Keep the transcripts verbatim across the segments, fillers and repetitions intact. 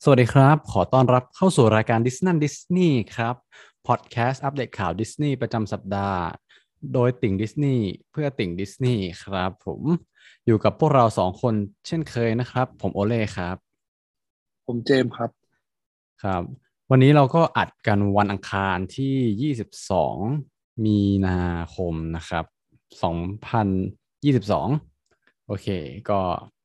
สวัสดีครับขอต้อนรับเข้าสู่รายการดิสนันดิสนีย์ครับพอดแคสต์อัปเดตข่าวดิสนีย์ประจำสัปดาห์โดยติ่งดิสนีย์เพื่อติ่งดิสนีย์ครับผมอยู่กับพวกเราสองคนเช่นเคยนะครับผมโอเล่ครับผมเจมส์ครับครับวันนี้เราก็อัดกันวันอังคารที่ยี่สิบสองมีนาคมนะครับสองพันยี่สิบสองโอเคก็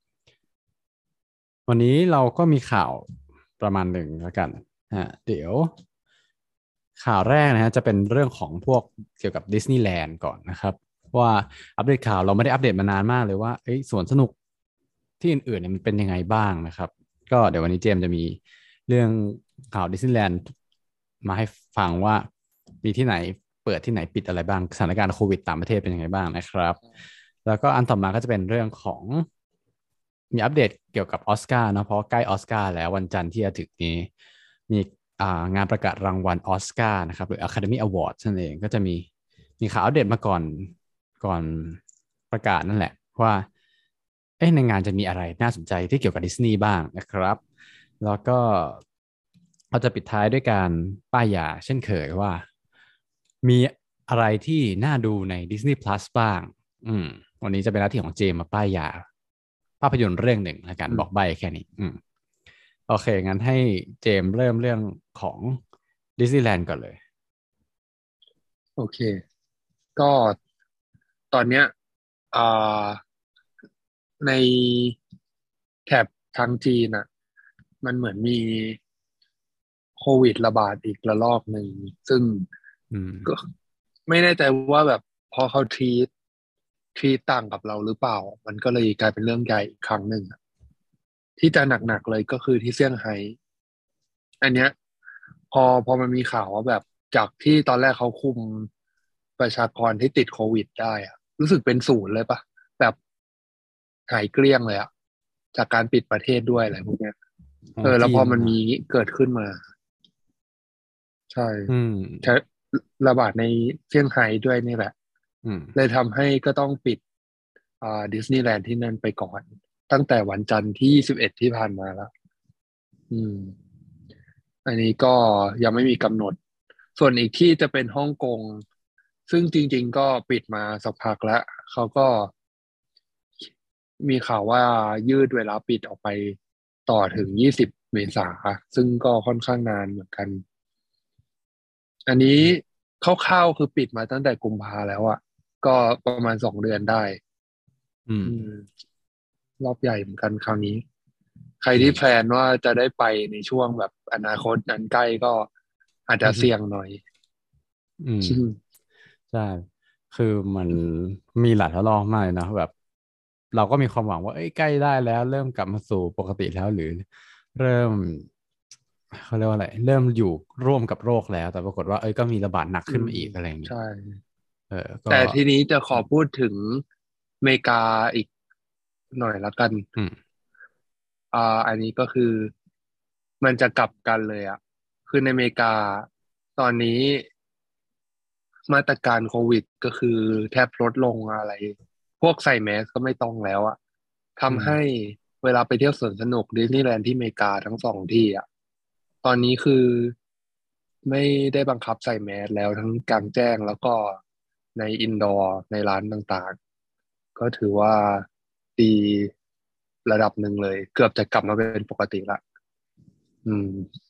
วันนี้เราก็มีข่าวประมาณหนึ่งแล้วกันฮะเดี๋ยว ข่าวแรกนะฮะจะเป็นเรื่องของพวกเกี่ยวกับดิสนีย์แลนด์ก่อนนะครับว่าอัปเดตข่าวเราไม่ได้อัปเดตมานานมากเลยว่าเอ้ยสวนสนุกที่อื่นๆเนี่ยมันเป็นยังไงบ้างนะครับก็เดี๋ยววันนี้เจมส์จะมีเรื่องข่าวดิสนีย์แลนด์มาให้ฟังว่ามีที่ไหนเปิดที่ไหนปิดอะไรบ้างสถานการณ์โควิดต่างประเทศเป็นยังไงบ้างนะครับแล้วก็อันต่อมาก็จะเป็นเรื่องของมีอัปเดตเกี่ยวกับออสการ์เนาะเพราะใกล้ออสการ์แล้ววันจันทร์ที่จะถึงนี้มี อ่างานประกาศรางวัลออสการ์นะครับหรือ Academy Award นั่นเองก็จะมีมีข่าวอัปเดตมาก่อนก่อนประกาศนั่นแหละว่าเอ๊ะในงานจะมีอะไรน่าสนใจที่เกี่ยวกับดิสนีย์บ้างนะครับแล้วก็เราจะปิดท้ายด้วยการป้ายยาเช่นเคยว่ามีอะไรที่น่าดูใน Disney Plus บ้างอืมวันนี้จะเป็นหน้าที่ของเจมมาป้ายยาภาพยนตร์เรื่องหนึ่งแล้วกันอืมบอกใบ้แค่นี้อืม โอเค งั้นให้เจมส์เริ่มเรื่องของดิสนีย์แลนด์ก่อนเลยโอเคก็ตอนเนี้ยอ่าในแถบทางจีนอ่ะมันเหมือนมีโควิดระบาดอีกระลอกหนึ่งซึ่งอืมก็ไม่แน่ใจว่าแบบพอเขาทีตทีตต่างกับเราหรือเปล่ามันก็เลยกลายเป็นเรื่องใหญ่อีกครั้งหนึ่งอะที่จะหนักๆเลยก็คือที่เซี่ยงไฮ้อันเนี้ยพอพอมันมีข่าวว่าแบบจากที่ตอนแรกเขาคุมประชากรที่ติดโควิดได้อะรู้สึกเป็นศูนย์เลยปะแบบหายเกลี้ยงเลยอะจากการปิดประเทศด้วยอะไรพวกเนี้ยอ๋อเออแล้วจีนนะพอมันมีเกิดขึ้นมาใช่อืมใช้ระบาดในเซี่ยงไฮ้ด้วยนี่แหละอืมเลยทำให้ก็ต้องปิดอ่าดิสนีย์แลนด์ที่นั่นไปก่อนตั้งแต่วันจันทร์ที่ยี่สิบเอ็ดที่ผ่านมาแล้วอืม อันนี้ก็ยังไม่มีกำหนด ส่วนอีกที่จะเป็นฮ่องกง ซึ่งจริงๆก็ปิดมาสักพักแล้ว เขาก็มีข่าวว่ายืดเวลาปิดออกไปต่อถึงยี่สิบเมษาซึ่งก็ค่อนข้างนานเหมือนกัน อันนี้คร่าวๆคือปิดมาตั้งแต่กุมภาแล้วอะก็ประมาณสองเดือนได้อืมอืมรอบใหญ่เหมือนกันคราวนี้ ใครจริงที่แพลนว่าจะได้ไปในช่วงแบบอนาคตนั้นใกล้ก็อาจจะอืมเสี่ยงหน่อยอืมอืมใช่คือมันมีหลายทดลองมากเลยนะแบบเราก็มีความหวังว่าเอ้ยใกล้ได้แล้วเริ่มกลับมาสู่ปกติแล้วหรือเริ่มเขาเรียกว่าอะไรเริ่มอยู่ร่วมกับโรคแล้วแต่ปรากฏว่าเอ้ยก็มีระบาดหนักอืมขึ้นมาอีกอะไรอย่างนี้ใช่เออก็แต่ทีนี้จะขอพูดถึงอเมริกาอีกหน่อยละกันอืมอ่าอันนี้ก็คือมันจะกลับกันเลยอ่ะคือในอเมริกาตอนนี้มาตรการโควิดก็คือแทบลดลงอะไรพวกใส่แมสก็ไม่ต้องแล้วอ่ะอืมทำให้เวลาไปเที่ยวสวนสนุกดิสนีย์แลนด์ที่อเมริกาทั้งสองที่อ่ะตอนนี้คือไม่ได้บังคับใส่แมสแล้วทั้งกลางแจ้งแล้วก็ในอินดอร์ในร้านต่างๆก็ถือว่าดีระดับหนึ่งเลยเกือบจะกลับมาเป็นปกติละอืม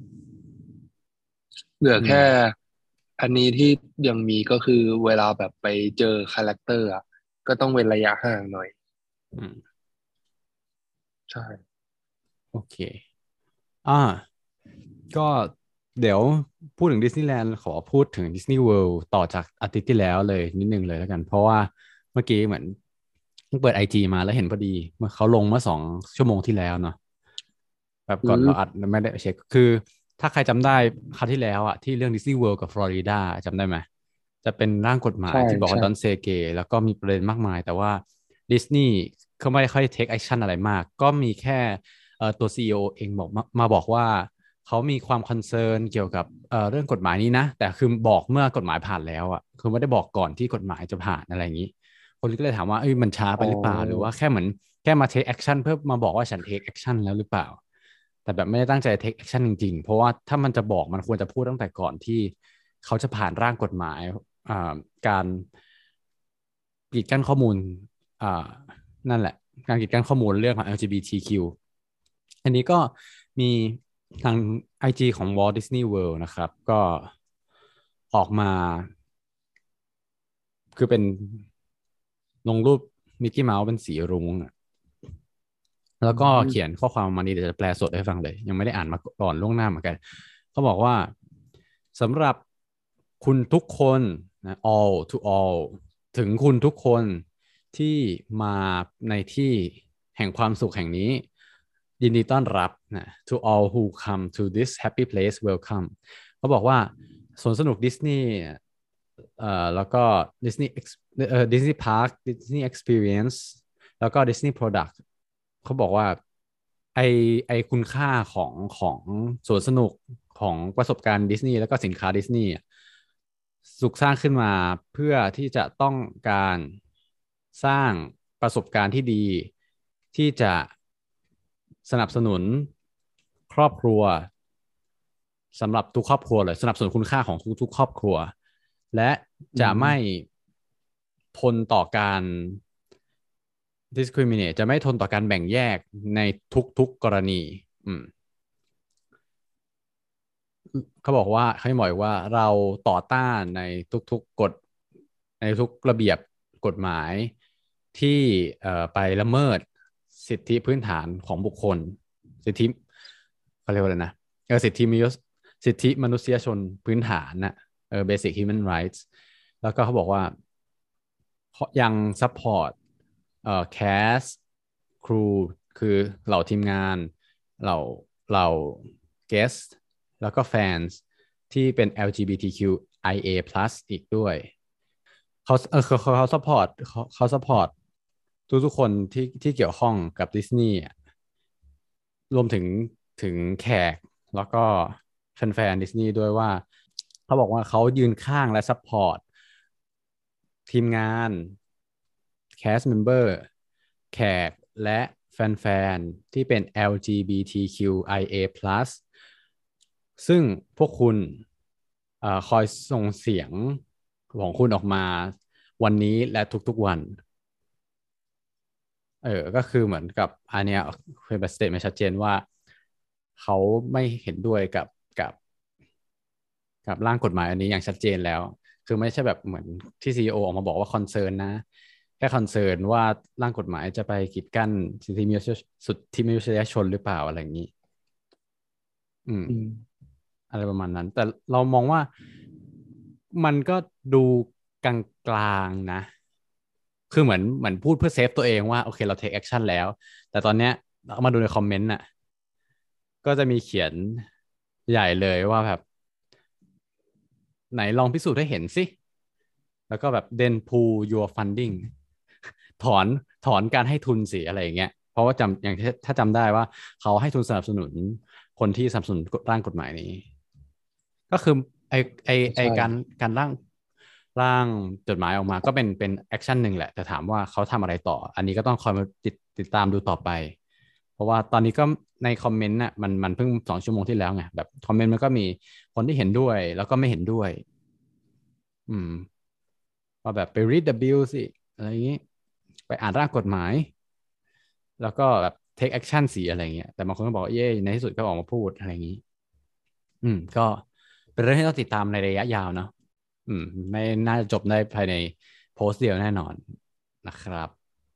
เหลืออืมแค่อันนี้ที่ยังมีก็คือเวลาแบบไปเจอคาแรคเตอร์อ่ะก็ต้องเว้นระยะห่างหน่อยอืมใช่โอเคอ่า ก็เดี๋ยวพูดถึงดิสนีย์แลนด์ขอพูดถึงดิสนีย์เวิลด์ต่อจากอาทิตย์ที่แล้วเลยนิดนึงเลยแล้วกันเพราะว่าเมื่อกี้เหมือนเพิ่งเปิดไอจีมาแล้วเห็นพอดีเมื่อเขาลงเมื่อสองชั่วโมงที่แล้วเนาะแบบอืก่อนเราอัดมไม่ได้เช็คคือถ้าใครจำได้คราวที่แล้วอะที่เรื่องดิสนีย์เวิลด์กับฟลอริดาจำได้ไหมจะเป็นร่างกฎหมายใช่ที่บอกว่าใช่ดอนเซเกแล้วก็มีประเด็นมากมายแต่ว่าดิสนีย์เขาไม่ค่อยเทคแอคชั่นอะไรมากก็มีแค่เอ่อตัวซีอีโอเองบอกมามาบอกว่า เขามีความคอนเซิร์นเกี่ยวกับเอ่อเรื่องกฎหมายนี้นะแต่คือบอกเมื่อกฎหมายผ่านแล้วอ่ะคือไม่ได้บอกก่อนที่กฎหมายจะผ่านอะไรอย่างนี้คนก็เลยถามว่าเอ้ยมันช้าไปอ๋อหรือเปล่าหรือว่าแค่เหมือนแค่มาเทคแอคชั่นเพื่อมาบอกว่าฉันเทคแอคชั่นแล้วหรือเปล่าแต่แบบไม่ได้ตั้งใจ take action จริงๆเพราะว่าถ้ามันจะบอกมันควรจะพูดตั้งแต่ก่อนที่เขาจะผ่านร่างกฎหมายอ่าการกีดกั้นข้อมูลอ่านั่นแหละการกีดกั้นข้อมูลเรื่องของ แอล จี บี ที คิว อันนี้ก็มีทาง ไอ จี ของ Walt Disney World นะครับก็ออกมาคือเป็นลงรูปมิกกี้เมาส์เป็นสีรุ้งอะอืแล้วก็เขียมนข้อความมานี้เดี๋ยวจะแปลสดให้ฟังเลยยังไม่ได้อ่านมาก่อนล่วงหน้าเหมือนกันเขาบอกว่าสำหรับคุณทุกคนนะ all to all ถึงคุณทุกคนที่มาในที่แห่งความสุขแห่งนี้ยินดีต้อนรับนะ to all who come to this happy place welcome เขาบอกว่าสวนสนุกดิสนีย์เอ่อแล้วก็ดิสนีย์เอ่อดิสนีย์พาร์คดิสนีย์เอ็กซ์เพรียนซ์แล้วก็ดิสนีย์โปรดักต์ เขาบอกว่าไอไอคุณค่าของของสวนสนุกของประสบการณ์ดิสนีย์แล้วก็สินค้าดิสนีย์อะสุกสร้างขึ้นมาเพื่อที่จะต้องการสร้างประสบการณ์ที่ดีที่จะสนับสนุนครอบครัวสำหรับทุกครอบครัวเลยสนับสนุนคุณค่าของทุกๆครอบครัวและอืจะไม่มทนต่อการ discriminate จะไม่ทนต่อการแบ่งแยกในทุกๆกรณีอืมเขาบอกว่าเขาบอกว่าเราต่อต้านในทุกๆกฎในทุกระเบียบกฎหมายที่เอ่อไปละเมิดสิทธิพื้นฐานของบุคคลสิทธิเขาเรียกว่าอะไรนะเออสิทธิมนุษยสิทธิมนุษยชนพื้นฐานน่ะเออ basic human rights แล้วก็เขาบอกว่ายังซัพพอร์ตเอ่อแคสครูคือเหล่าทีมงานเหล่าเหล่าเกสแล้วก็แฟนที่เป็น แอล จี บี ที คิว ไอ เอ plus อีกด้วยเขาเออเขาเขาซัพพอร์ตเขาเขาซัพพอร์ตทุกๆคนที่ที่เกี่ยวข้องกับดิสนีย์รวมถึงถึงแขกแล้วก็แฟนๆดิสนีย์ด้วยว่าเขาบอกว่าเขายืนข้างและซัพพอร์ตทีมงานแคสเมมเบอร์แขกและแฟนๆที่เป็น แอล จี บี ที คิว ไอ เอ plus ซึ่งพวกคุณเอ่อคอยส่งเสียงของคุณออกมาวันนี้และทุกๆวันเออก็คือเหมือนกับอันเนี้ยเคยเป็นสเตทเมนต์ชัดเจนว่าเขาไม่เห็นด้วยกับกับกับร่างกฎหมายอันนี้อย่างชัดเจนแล้วคือไม่ใช่แบบเหมือนที่ซีอีโอออกมาบอกว่าคอนเซิร์นนะแค่คอนเซิร์นว่าร่างกฎหมายจะไปกีดกั้นสิทธิมนุษยสิทธิมนุษยชนหรือเปล่าอะไรอย่างนี้อืมอืมอะไรประมาณนั้น แต่เรามองว่ามันก็ดูกลางๆนะ คือเหมือนเหมือนพูดเพื่อเซฟตัวเองว่าโอเคเรา take action แล้ว แต่ตอนเนี้ยเรามาดูในคอมเมนต์น่ะก็จะมีเขียนใหญ่เลยว่าแบบไหนลองพิสูจน์ให้เห็นสิ แล้วก็แบบ then pull your funding ถอนถอนการให้ทุนสิอะไรอย่างเงี้ยเพราะว่าจำอย่างที่ถ้าจำได้ว่าเขาให้ทุนสนับสนุนคนที่สนับสนุนร่างกฎหมายนี้ ก็คือไอไอไอใช่การการร่างร่างจดหมายออกมาก็เป็นเป็นแอคชั่นหนึ่งแหละแต่ถามว่าเขาทำอะไรต่ออันนี้ก็ต้องคอยมาติดติดตามดูต่อไปเพราะว่าตอนนี้ก็ในคอมเมนต์น่ะมันมันเพิ่งสองชั่วโมงที่แล้วไงแบบคอมเมนต์มันก็มีคนที่เห็นด้วยแล้วก็ไม่เห็นด้วยอืมว่าแบบไป read the bill สิอะไรอย่างนี้ไปอ่านร่างกฎหมายแล้วก็แบบ take action สิอะไรเงี้ยแต่บางคนก็บอกเย่ในที่สุดก็ออกมาพูดอะไรอย่างนี้อืมก็เป็นเรื่องที่ต้องติดตามในระยะยาวเนาะ อืมไม่น่าจะจบได้ภายในโพสต์เดียวแน่นอนนะครับ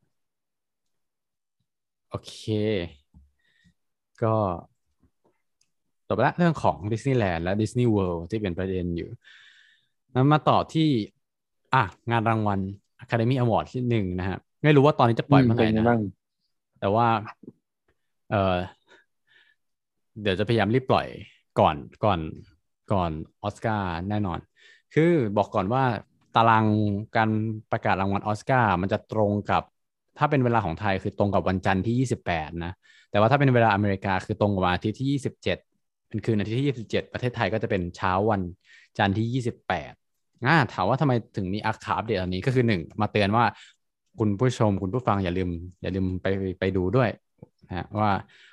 โอเคก็จบละเรื่องของดิสนีย์แลนด์และดิสนีย์เวิลด์ที่เป็นประเด็นอยู่นั้นมาต่อที่อ่ะงานรางวัล Academy Award ที่หนึ่งนะฮะไม่รู้ว่าตอนนี้จะปอืมล่อยเมื่อไหร่นะเป็นไงบ้างแต่ว่าเออเดี๋ยวจะพยายามรีบปล่อยก่อนก่อนก่อนออสการ์แน่นอน คือบอกก่อนว่าตารางการประกาศรางวัลออสการ์มันจะตรงกับถ้าเป็นเวลาของไทยคือตรงกับวันจันทร์ที่ยี่สิบแปดนะแต่ว่าถ้าเป็นเวลาอเมริกาคือตรงกับวันอาทิตย์ที่ยี่สิบเจ็ดเป็นคืนอาทิตย์ที่ยี่สิบเจ็ดประเทศไทยก็จะเป็นเช้าวันจันทร์ที่ยี่สิบแปดอ่าถามว่าทำไมถึงมีอักขาอัปเดตอันนี้ก็คือหนึ่งมาเตือนว่าคุณผู้ชมคุณผู้ฟังอย่าลืมอย่าลืมไปไปดูด้วยนะว่า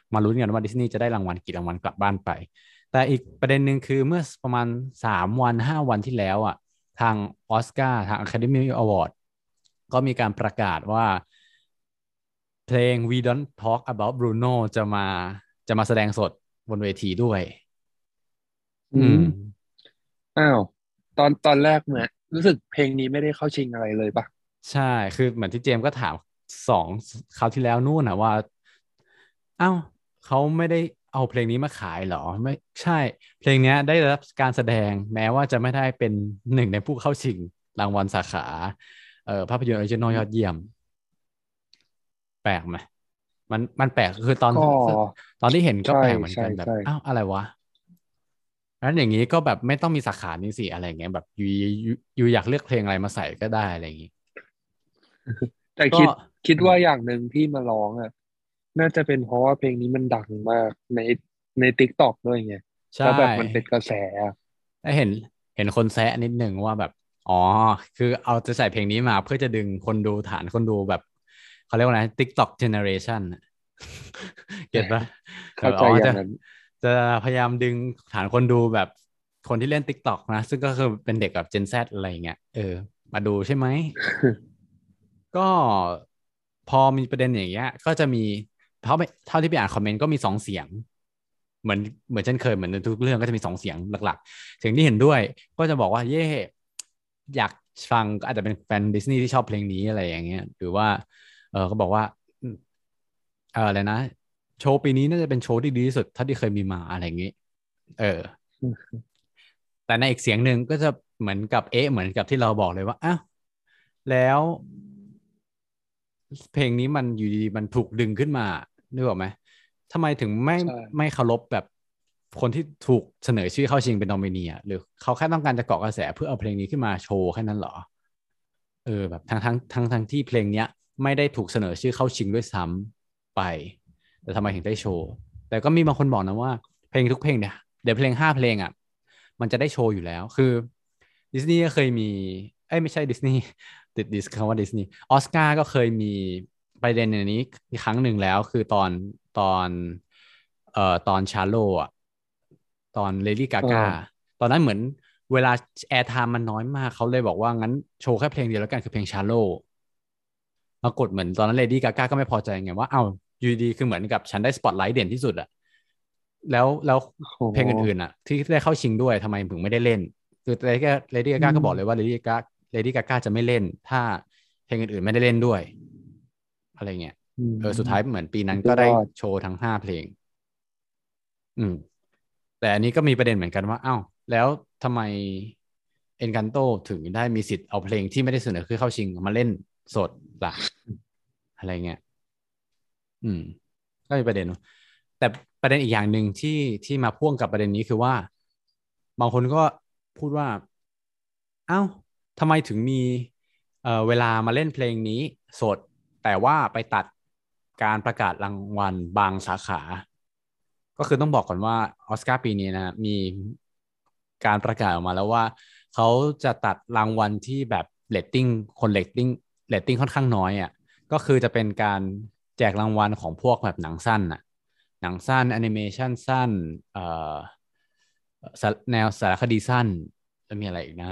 มาลุ้นกันว่าดิสนีย์จะได้รางวัลกี่รางวัลกลับบ้านไปแต่อีกประเด็นหนึ่งคือเมื่อประมาณสามวันห้าวันที่แล้วอ่ะทางออสการ์ทาง Academy Award ก็มีการประกาศว่าเพลง We Don't Talk About Bruno จะมาจะมาแสดงสดบนเวทีด้วยอือืมมอ้าวตอนตอนแรกเหมือนรู้สึกเพลงนี้ไม่ได้เข้าชิงอะไรเลยปะใช่ คือเหมือนที่เจมส์ก็ถามสองคราวที่แล้วนู่นนะว่าอ้าวเขาไม่ได้เอาเพลงนี้มาขายเหรอไม่ใช่เพลงเนี้ยได้รับการแสดงแม้ว่าจะไม่ได้เป็นหนึ่งในผู้เข้าชิงรางวัลสาขาเอ่อภาพยนตร์ออริจินอลยอดเยี่ยมแปลกไหมมันมันแปลกคือตอนก็ตอนที่เห็นก็ใช่แปลกเหมือนใช่กันแบบใช่อ้าวอะไรวะงั้นอย่างนี้ก็แบบไม่ต้องมีสาขานี้สิอะไรเงี้ยแบบอยู่อยู่อยู่อยากเลือกเพลงอะไรมาใส่ก็ได้อะไรอย่างงี้ก็แต่คิดคิดอืมว่าอย่างหนึ่งที่มาร้องอ่ะน่าจะเป็นเพราะว่าเพลงนี้มันดังมากในในติ๊กต็อกด้วยไงใช่แล้วแบบมันเป็นกระแสอะได้เห็นเห็นคนแซะนิดหนึ่งว่าแบบอ๋อคือเอาจะใส่เพลงนี้มาเพื่อจะดึงคนดูฐานคนดูแบบเขาเรียกว่าไง TikTok generation น่ะเก็ตปะแบเข้าใจบอ๋อจะอย่างนั้นจะพยายามดึงฐานคนดูแบบคนที่เล่น TikTok นะซึ่งก็คือเป็นเด็กแบบ Gen Z อะไรอย่างเงี้ยเออมาดูใช่ไหม ก็พอมีประเด็นอย่างเงี้ยก็จะมีเท่าไปเท่าที่ไปอ่านคอมเมนต์ก็มีสองเสียงเหมือนเหมือนเช่นเคยเหมือนในทุกเรื่องก็จะมีสองเสียงหลักๆเสียงที่เห็นด้วยก็จะบอกว่าเย่อยากฟังก็อาจจะเป็นแฟนดิสนีย์ที่ชอบเพลงนี้อะไรอย่างเงี้ยหรือว่าเออก็บอกว่าอืมเอออะไรนะโชว์ปีนี้น่าจะเป็นโชว์ที่ดีที่สุดเท่าที่เคยมีมาอะไรอย่างงี้เออแต่ในอีกเสียงหนึ่งก็จะเหมือนกับเอ๊ะเหมือนกับที่เราบอกเลยว่าอ้าวแล้ว เพลงนี้มันอยู่ดีๆมันถูกดึงขึ้นมานึกออกไหมทำไมถึงไม่ใช่ไม่เคารพแบบคนที่ถูกเสนอชื่อเข้าชิงเป็นนอมินีอะหรือเขาแค่ต้องการจะเกาะกระแสเพื่อเอาเพลงนี้ขึ้นมาโชว์แค่นั้นเหรอเออแบบทั้งทั้งทั้งทั้งที่เพลงเนี้ยไม่ได้ถูกเสนอชื่อเข้าชิงด้วยซ้ำไปแต่ทำไมถึงได้โชว์แต่ก็มีบางคนบอกนะว่าเพลงทุกเพลงเนี่ยเดี๋ยวเพลงห้าเพลงอ่ะมันจะได้โชว์อยู่แล้วคือดิสนีย์ก็เคยมีเอ้ยไม่ใช่ดิสนีย์ ติดดิสคำว่าดิสนีย์ออสการ์ก็เคยมีประเด็นในนี้อีกครั้งหนึ่งแล้วคือตอนตอนเอ่อตอนชาโลอ่ะตอนเลดี้กาอ่กาาตอนนั้นเหมือนเวลาแอร์ไทม์มันน้อยมากเขาเลยบอกว่างั้นโชว์แค่เพลงเดียวแล้วกันคือเพลงชาโลปรากฏเหมือนตอนนั้นเลดี้กาก้าก็ไม่พอใจไงว่าเอ้าอยู่ดีคือเหมือนกับฉันได้สปอตไลท์เด่นที่สุดอะแล้วแล้วโอ้เพลงอื่นๆอะที่ได้เข้าชิงด้วยทำไมถึงไม่ได้เล่นคือเลดี้เลดี้กาอืก้าก็บอกเลยว่ามเลดี้กาเลดี้กาก้าจะไม่เล่นถ้าเพลงอื่นๆไม่ได้เล่นด้วยอะไรเงี้ยอืเออสุดท้ายมเหมือนปีนั้นสุดยก็ได้อดโชว์ทั้งห้าเพลงอืมแต่อันนี้ก็มีประเด็นเหมือนกันว่าอ้าวแล้วทำไมเอ็นกันโตถึงได้มีสิทธิ์เอาเพลงที่ไม่ได้เสนอคือเข้าชิงมาเล่นสดล่ะอะไรเงี้ย อืมก็มีประเด็นแต่ประเด็นอีกอย่างหนึ่งที่ที่มาพ่วงกับประเด็นนี้คือว่าบางคนก็พูดว่าเอ้าทำไมถึงมีเอ่อเวลามาเล่นเพลงนี้สดแต่ว่าไปตัดการประกาศรางวัลบางสาขาก็คือต้องบอกก่อนว่าออสการ์ปีนี้นะมีการประกาศออกมาแล้วว่าเขาจะตัดรางวัลที่แบบเรตติ้งคนเรตติ้งเรตติ้งค่อนข้างน้อยอ่ะ ก็คือจะเป็นการแจกรางวัลของพวกแบบหนังสั้นน่ะหนังสั้นแอนิเมชันสั้นเอ่อสารแนวสารคดีสั้นแล้วมีอะไรอีกนะ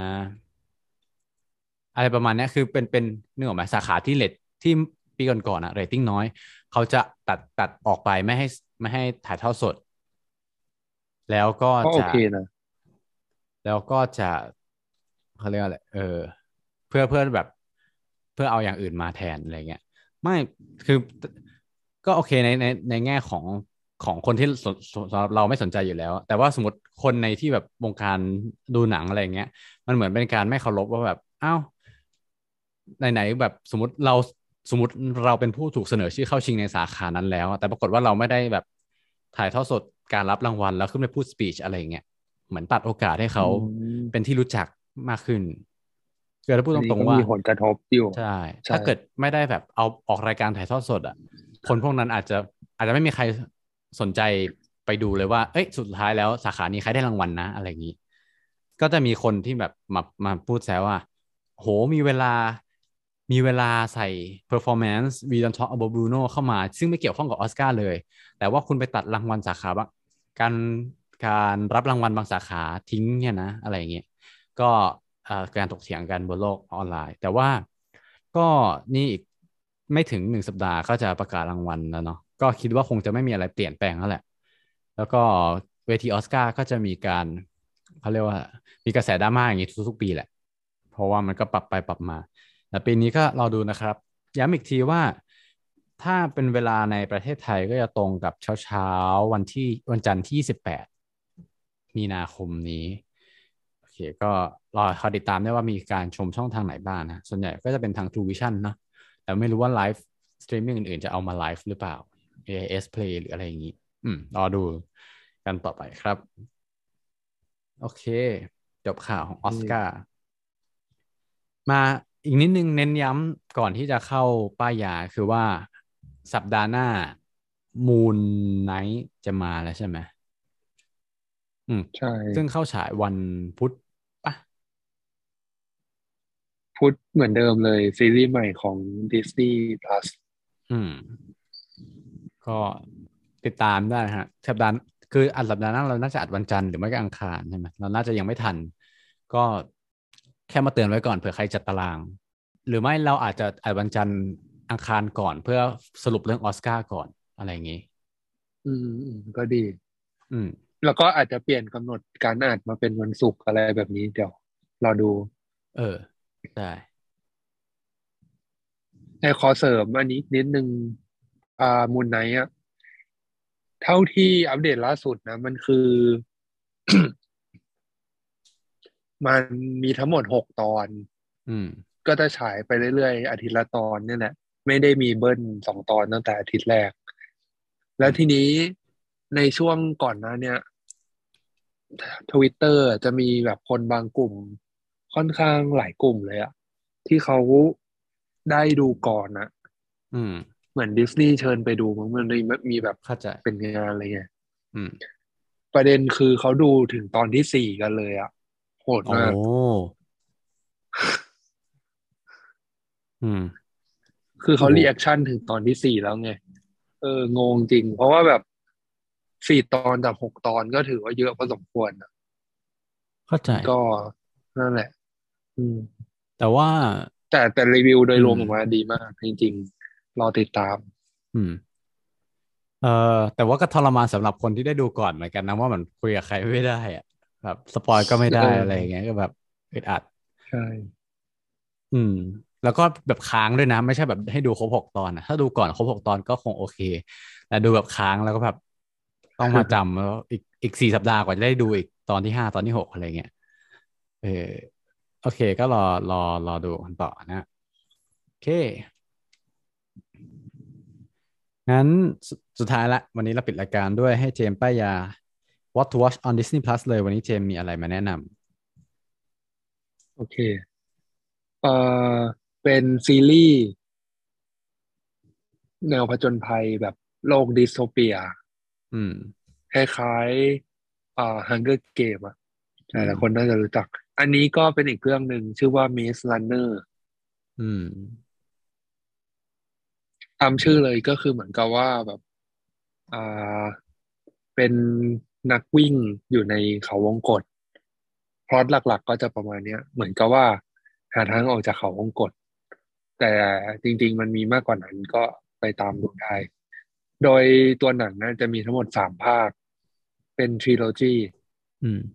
อะไรประมาณเนี้ยคือเป็นเป็นนึกออกไหมสาขาที่เรตที่ปีก่อนๆอะเรตติ้งน้อยเขาจะตัดตัดออกไปไม่ให้ไม่ให้ถ่ายทอดสดแล้วก็ก็โอจะเคนะแล้วก็จะเขาเรียกว่าอะไรเออเพื่อเพื่อแบบเพื่อเอาอย่างอื่นมาแทนอะไรเงี้ยไม่คือ ก็โอเคในในในแง่ของของคนที่สนสสำหรับเราไม่สนใจอยู่แล้วแต่ว่าสมมติคนในที่แบบวงการดูหนังอะไรเงี้ยมันเหมือนเป็นการไม่เคารพว่าแบบอ้าวไหนๆแบบสมมติเราสมมติเราเป็นผู้ถูกเสนอชื่อเข้าชิงในสาขานั้นแล้วแต่ปรากฏว่าเราไม่ได้แบบถ่ายทอดสดการรับรางวัลแล้วขึ้นไปพูดสปีชอะไรเงี้ยเหมือนตัดโอกาสให้อืเขาเป็นมที่รู้จักมากขึ้นคือถ้าพูดอันนี้ตรงๆว่าก็มีผลกระทบอยู่ใช่ใช่ถ้าเกิดไม่ได้แบบเอาออกรายการถ่ายทอดสดอ่ะคนพวกนั้นอาจจะอาจจะไม่มีใครสนใจไปดูเลยว่าเอ้ยสุดท้ายแล้วสาขานี้ใครได้รางวัลนะอะไรอย่างนี้ก็จะมีคนที่แบบมามาพูดแซวว่าโหมีเวลามีเวลาใส่ performance We Don't Talk About Bruno เข้ามาซึ่งไม่เกี่ยวข้องกับออสการ์เลยแต่ว่าคุณไปตัดรางวัลสาขาบางการการรับรางวัลบางสาขาทิ้งเนี่ยนะอะไรอย่างเงี้ยก็เอ่อการถกเถียงกันบนโลกออนไลน์แต่ว่าก็นี่อีกไม่ถึงหนึ่งสัปดาห์ก็จะประกาศรางวัลแล้วเนาะก็คิดว่าคงจะไม่มีอะไรเปลี่ยนแปลงแล้วแหละแล้วก็เวทีออสการ์ก็จะมีการเขาเรียกว่ามีกระแสดราม่าอย่างนี้ทุกๆปีแหละเพราะว่ามันก็ปรับไปปรับมา แต่ปีนี้ก็รอดูนะครับย้ำอีกทีว่าถ้าเป็นเวลาในประเทศไทยก็จะตรงกับเช้าเช้าวันที่วันจันทร์ที่ยี่สิบแปดมีนาคมนี้โอเคก็รอคอยติดตามได้ว่ามีการชมช่องทางไหนบ้างนะส่วนใหญ่ก็จะเป็นทาง True Vision เนอะแต่ไม่รู้ว่าไลฟ์สตรีมมิ่งอื่นๆจะเอามาไลฟ์หรือเปล่า เอ ไอ เอส Play หรืออะไรอย่างนี้อืมรอดูกันต่อไปครับโอเคจบข่าวของออสการ์ มาอีกนิดนึงเน้นย้ำก่อนที่จะเข้าป้ายยาคือว่าสัปดาห์หน้ามูนไนท์จะมาแล้วใช่ไหมอืมใช่ซึ่งเข้าฉายวันพุธปะพุธเหมือนเดิมเลยซีรีส์ใหม่ของ Disney Plus อืมก็ติดตามได้นะฮะสัปดาห์คืออัดสัปดาห์หน้าเราน่าจะอัดวันจันทร์หรือไม่ก็อังคารใช่ไหมเราน่าจะยังไม่ทันก็แค่มาเตือนไว้ก่อนเผื่อใครจัดตารางหรือไม่เราอาจจะอัดวันจันทร์อังคารก่อนเพื่อสรุปเรื่องออสการ์ก่อนอะไรอย่างนี้อืมอืมก็ดีอืมแล้วก็อาจจะเปลี่ยนกำหนดการอ่านมาเป็นวันศุกร์อะไรแบบนี้เดี๋ยวรอดูเออได้ให้ขอเสริมอันนี้นิดนึงอ่ามูนไนท์อ่ะเท่าที่อัปเดตล่าสุดนะมันคือ มันมีทั้งหมดหกตอนอืมก็จะฉายไปเรื่อยๆอาทิตย์ละตอนเนี่ยแหละไม่ได้มีเบิ้ลสองตอนตั้งแต่อาทิตย์แรกอืแล้วทีมนี้ในช่วงก่อนหน้าเนี่ยทวิตเตอร์จะมีแบบคนบางกลุ่มค่อนข้างหลายกลุ่มเลยอะที่เขาได้ดูก่อนอะอืมเหมือนดิสนีย์เชิญไปดูมั้งมันมีมีแบบเข้าใจเป็นงานอะไรเงี้ยอืมประเด็นคือเขาดูถึงตอนที่สี่กันเลยอะโหดโอ้มากอืมคือโอ้โหเขารีแอคชั่นถึงตอนที่สี่แล้วไงเอองงจริง เพราะว่าแบบสี่ตอนจากหกตอนก็ถือว่าเยอะพอสมควรนะเข้าใจก็นั่นแหละอืมแต่ว่าแต่แต่รีวิวโดยอืมรวมออกมาดีมากจริงๆรอติดตามอืมเออแต่ว่าก็ทรมานสำหรับคนที่ได้ดูก่อนเหมือนกันนะว่ามันคุยกับใครไม่ได้อะแบบสปอยก็ไม่ได้เออะไรอย่างเงี้ยอก็แบบอึดอัดใช่อืมแล้วก็แบบค้างด้วยนะไม่ใช่แบบให้ดูครบหกตอนนะถ้าดูก่อนครบหกตอนก็คงโอเคแต่ดูแบบค้างแล้วก็แบบต้องมาจำแล้วอีกอีกสี่สัปดาห์กว่าจะได้ดูอีกตอนที่ห้าตอนที่หกอะไรเงี้ยเออโอเคก็รอรอรอดูกันต่อนะ โอเค งั้นสสุดท้ายละวันนี้เราปิดรายการด้วยให้เจมส์ป้ายยา What to watch on Disney Plus เลยวันนี้เจมส์มีอะไรมาแนะนโอเคเอ่อเป็นซีรีส์แนวผจญภัยแบบโลกดิสโทเปียำอืมคล้ายๆอ่า Hunger Game อ่ะอืมหลายๆคนน่าจะรู้จักอันนี้ก็เป็นอีกเรื่องหนึ่งชื่อว่า Maze Runner อืมตามชื่อเลยก็คือเหมือนกับว่าแบบอ่าเป็นนักวิ่งอยู่ในเขาวงกตพล็อตหลักๆก็จะประมาณเนี้ยเหมือนกับว่าหาทางออกจากเขาวงกตแต่จริงๆมันมีมากกว่านั้นก็ไปตามดูได้โดยตัวหนังนะจะมีทั้งหมดสามภาคเป็นทริโลจีอืม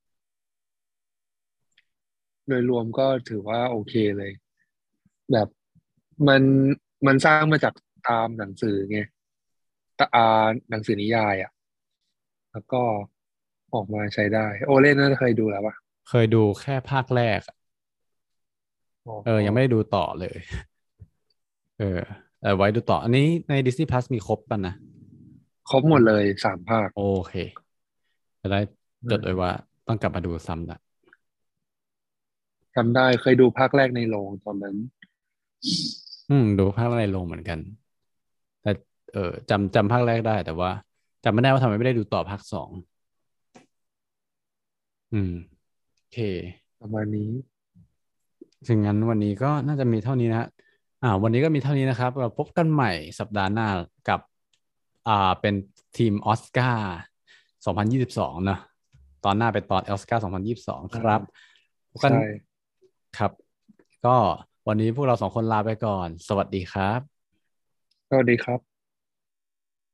โดยรวมก็ถือว่าโอเคเลยแบบมันมันสร้างมาจากตามหนังสือไงตอ่าหนังสือนิยายอ่ะ แล้วก็ออกมาใช้ได้โอเล่นน่าจะเคยดูแล้วป่ะเคยดูแค่ภาคแรกอะอ๋เอออยังไม่ได้ดูต่อเลยเออแต่ไว้ดูต่ออันนี้ใน Disney Plus มีครบป่ะนะครบหมดเลยสามภาคโอเคจะได้จดไว้ว่าต้องกลับมาดูซ้ำละจำได้เคยดูภาคแรกในโรงตอนนั้นอืมดูภาคอะไรลงเหมือนกันแต่เออจำจำภาคแรกได้แต่ว่าจำไม่ได้ว่าทำไมไม่ได้ดูต่อภาคสองอืมโอเคประมาณนี้ถึงงั้นวันนี้ก็น่าจะมีเท่านี้นะฮะอ่าวันนี้ก็มีเท่านี้นะครับเราพบกันใหม่สัปดาห์หน้ากับอ่าเป็นทีมออสการ์สองพันยี่สิบสองนะตอนหน้าเป็นตอนออสการ์สองพันยี่สิบสองคอ่ารับพบกันใช่ครับก็วันนี้พวกเราสองคนลาไปก่อนสวัสดีครับสวัสดีครับ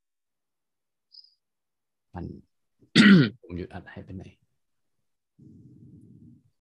มันผมหยุดอัดให้ไปไหน